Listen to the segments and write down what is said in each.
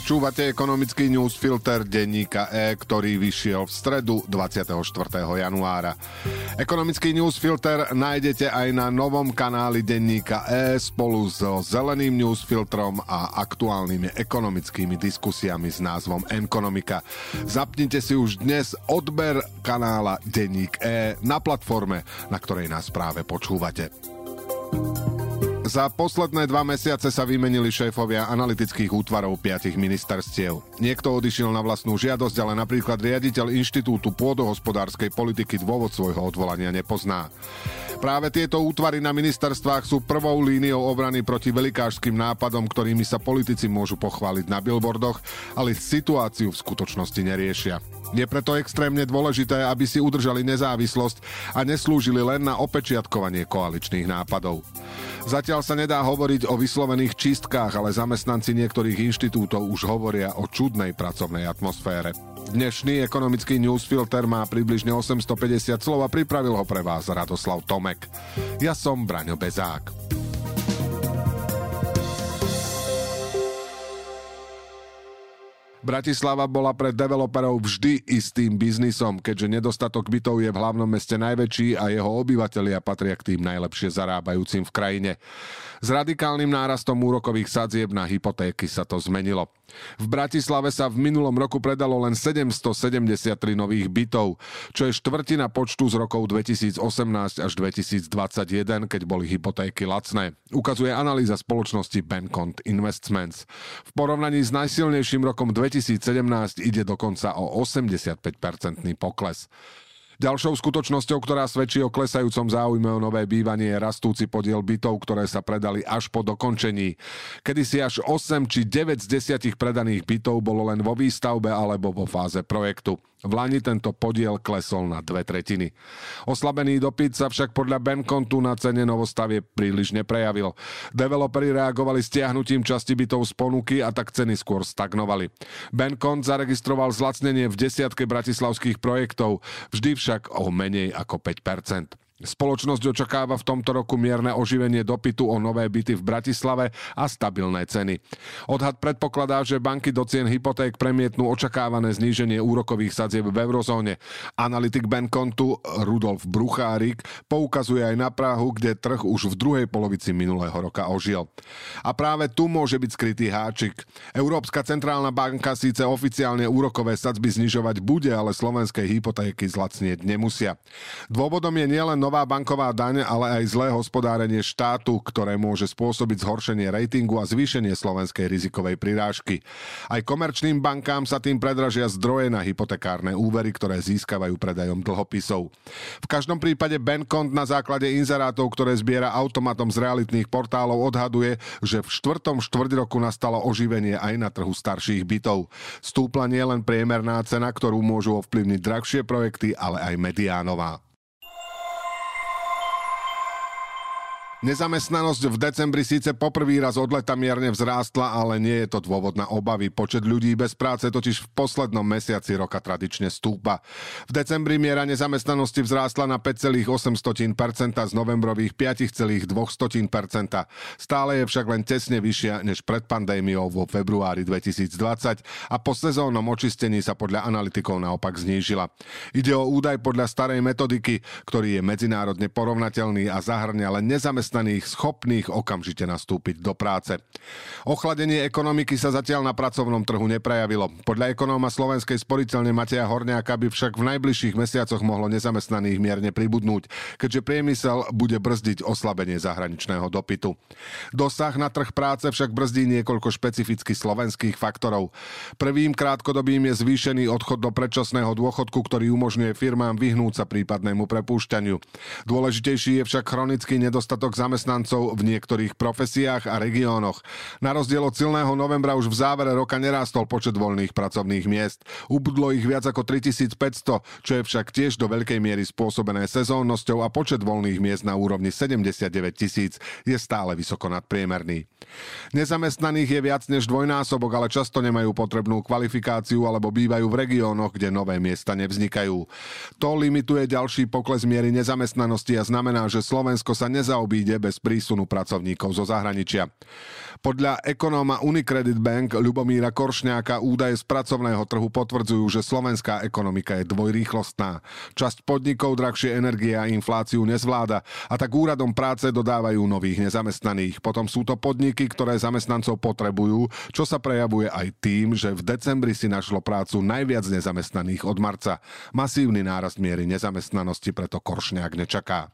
Počúvate ekonomický newsfilter denníka E, ktorý vyšiel v stredu 24. januára. Ekonomický newsfilter nájdete aj na novom kanáli denníka E spolu so zeleným newsfiltrom a aktuálnymi ekonomickými diskusiami s názvom Enkonomika. Zapnite si už dnes odber kanála denník E na platforme, na ktorej nás práve počúvate. Za posledné 2 mesiace sa vymenili šéfovia analytických útvarov 5 ministerstiev. Niekto odišiel na vlastnú žiadosť, ale napríklad riaditeľ Inštitútu pôdohospodárskej politiky dôvod svojho odvolania nepozná. Práve tieto útvary na ministerstvách sú prvou líniou obrany proti velikášskym nápadom, ktorými sa politici môžu pochváliť na billboardoch, ale situáciu v skutočnosti neriešia. Je preto extrémne dôležité, aby si udržali nezávislosť a neslúžili len na opečiatkovanie koaličných nápadov. Zatiaľ sa nedá hovoriť o vyslovených čistkách, ale zamestnanci niektorých inštitútov už hovoria o čudnej pracovnej atmosfére. Dnešný ekonomický newsfilter má približne 850 slov a pripravil ho pre vás Radoslav Tomek. Ja som Braňo Bezák. Bratislava bola pre developerov vždy istým biznisom, keďže nedostatok bytov je v hlavnom meste najväčší a jeho obyvatelia patria k tým najlepšie zarábajúcim v krajine. S radikálnym nárastom úrokových sadzieb na hypotéky sa to zmenilo. V Bratislave sa v minulom roku predalo len 773 nových bytov, čo je štvrtina počtu z rokov 2018 až 2021, keď boli hypotéky lacné. Ukazuje analýza spoločnosti Bencont Investments. V porovnaní s najsilnejším rokom 2017 ide dokonca o 85% pokles. Ďalšou skutočnosťou, ktorá svedčí o klesajúcom záujme o nové bývanie, je rastúci podiel bytov, ktoré sa predali až po dokončení. Kedysi až 8 či 9 z 10 predaných bytov bolo len vo výstavbe alebo vo fáze projektu. V lani tento podiel klesol na 2/3. Oslabený dopyt sa však podľa Bencontu na cene novostavieb príliš neprejavil. Developeri reagovali stiahnutím časti bytov z ponuky a tak ceny skôr stagnovali. Bencont zaregistroval zlacnenie v desiatke bratislavských projektov, vždy však o menej ako 5%. Spoločnosť očakáva v tomto roku mierne oživenie dopytu o nové byty v Bratislave a stabilné ceny. Odhad predpokladá, že banky do cien hypoték premietnú očakávané zníženie úrokových sadzieb v eurozóne. Analytik Bencontu Rudolf Bruchárik poukazuje aj na Prahu, kde trh už v druhej polovici minulého roka ožil. A práve tu môže byť skrytý háčik. Európska centrálna banka síce oficiálne úrokové sadzby znižovať bude, ale slovenské hypotéky zlacnieť nemusia. Dôvodom je nielen nová banková daň, ale aj zlé hospodárenie štátu, ktoré môže spôsobiť zhoršenie ratingu a zvýšenie slovenskej rizikovej prirážky. Aj komerčným bankám sa tým predražia zdroje na hypotekárne úvery, ktoré získavajú predajom dlhopisov. V každom prípade Bencont na základe inzerátov, ktoré zbiera automatom z realitných portálov, odhaduje, že v 4. štvrťroku nastalo oživenie aj na trhu starších bytov. Stúpla nielen priemerná cena, ktorú môžu ovplyvniť drahšie projekty, ale aj mediánová. Nezamestnanosť v decembri síce poprvý raz od leta mierne vzrástla, ale nie je to dôvod na obavy. Počet ľudí bez práce totiž v poslednom mesiaci roka tradične stúpa. V decembri miera nezamestnanosti vzrástla na 5,8% z novembrových 5,2%. Stále je však len tesne vyššia než pred pandémiou vo februári 2020 a po sezónnom očistení sa podľa analytikov naopak znížila. Ide o údaj podľa starej metodiky, ktorý je medzinárodne porovnateľný a zahŕňa len schopných okamžite nastúpiť do práce. Ochladenie ekonomiky sa zatiaľ na pracovnom trhu neprejavilo. Podľa ekonóma Slovenskej sporiteľne Mateja Horňáka by však v najbližších mesiacoch mohlo nezamestnaných mierne pribudnúť, keďže priemysel bude brzdiť oslabenie zahraničného dopytu. Dosah na trh práce však brzdí niekoľko špecificky slovenských faktorov. Prvým krátkodobým je zvýšený odchod do predčasného dôchodku, ktorý umožňuje firmám vyhnúť sa prípadnému prepúšťaniu. Dôležitejší je však chronický nedostatok zamestnancov v niektorých profesiách a regiónoch. Na rozdiel od silného novembra už v závere roka nerástol počet voľných pracovných miest. Ubudlo ich viac ako 3500, čo je však tiež do veľkej miery spôsobené sezónnosťou a počet voľných miest na úrovni 79 000 je stále vysoko nadpriemerný. Nezamestnaných je viac než dvojnásobok, ale často nemajú potrebnú kvalifikáciu alebo bývajú v regiónoch, kde nové miesta nevznikajú. To limituje ďalší pokles miery nezamestnanosti a znamená, že Slovensko sa nezaobíde neobíde bez prísunu pracovníkov zo zahraničia. Podľa ekonóma Unicredit Bank Ľubomíra Koršňáka údaje z pracovného trhu potvrdzujú, že slovenská ekonomika je dvojrýchlostná. Časť podnikov drahšie energie a infláciu nezvláda a tak úradom práce dodávajú nových nezamestnaných. Potom sú to podniky, ktoré zamestnancov potrebujú, čo sa prejavuje aj tým, že v decembri si našlo prácu najviac nezamestnaných od marca. Masívny nárast miery nezamestnanosti preto Koršňák nečaká.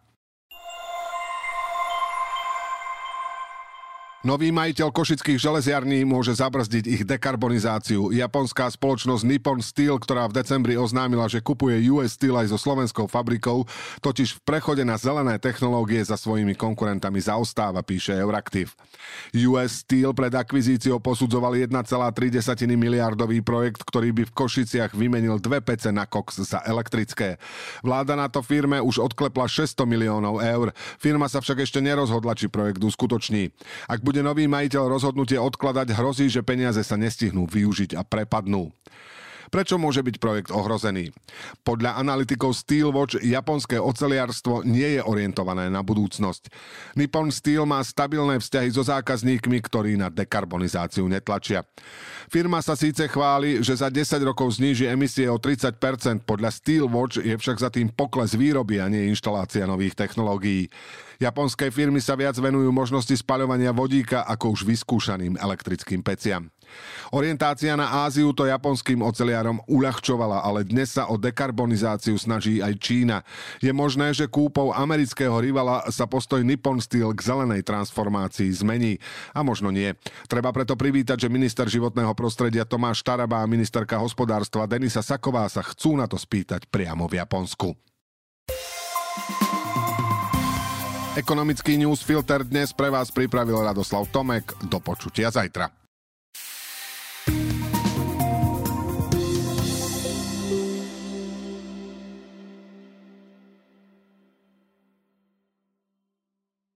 Nový majiteľ košických železiarní môže zabrzdiť ich dekarbonizáciu. Japonská spoločnosť Nippon Steel, ktorá v decembri oznámila, že kupuje US Steel aj so slovenskou fabrikou, totiž v prechode na zelené technológie za svojimi konkurentami zaostáva, píše Euraktiv. US Steel pred akvizíciou posudzoval 1,3 miliardový projekt, ktorý by v Košiciach vymenil 2 pece na koks za elektrické. Vláda na to firme už odklepla 600 miliónov eur. Firma sa však ešte nerozhodla, či projekt uskutoční. Ak bude nový majiteľ rozhodnutie odkladať, hrozí, že peniaze sa nestihnú využiť a prepadnú. Prečo môže byť projekt ohrozený? Podľa analytikov Steelwatch japonské oceliarstvo nie je orientované na budúcnosť. Nippon Steel má stabilné vzťahy so zákazníkmi, ktorí na dekarbonizáciu netlačia. Firma sa síce chváli, že za 10 rokov zníži emisie o 30%, podľa Steelwatch je však za tým pokles výroby a nie inštalácia nových technológií. Japonské firmy sa viac venujú možnosti spaľovania vodíka ako už vyskúšaným elektrickým peciam. Orientácia na Áziu to japonským oceliarom uľahčovala, ale dnes sa o dekarbonizáciu snaží aj Čína. Je možné, že kúpou amerického rivala sa postoj Nippon Steel k zelenej transformácii zmení. A možno nie. Treba preto privítať, že minister životného prostredia Tomáš Taraba a ministerka hospodárstva Denisa Saková sa chcú na to spýtať priamo v Japonsku. Ekonomický newsfilter dnes pre vás pripravil Radoslav Tomek. Do počutia zajtra.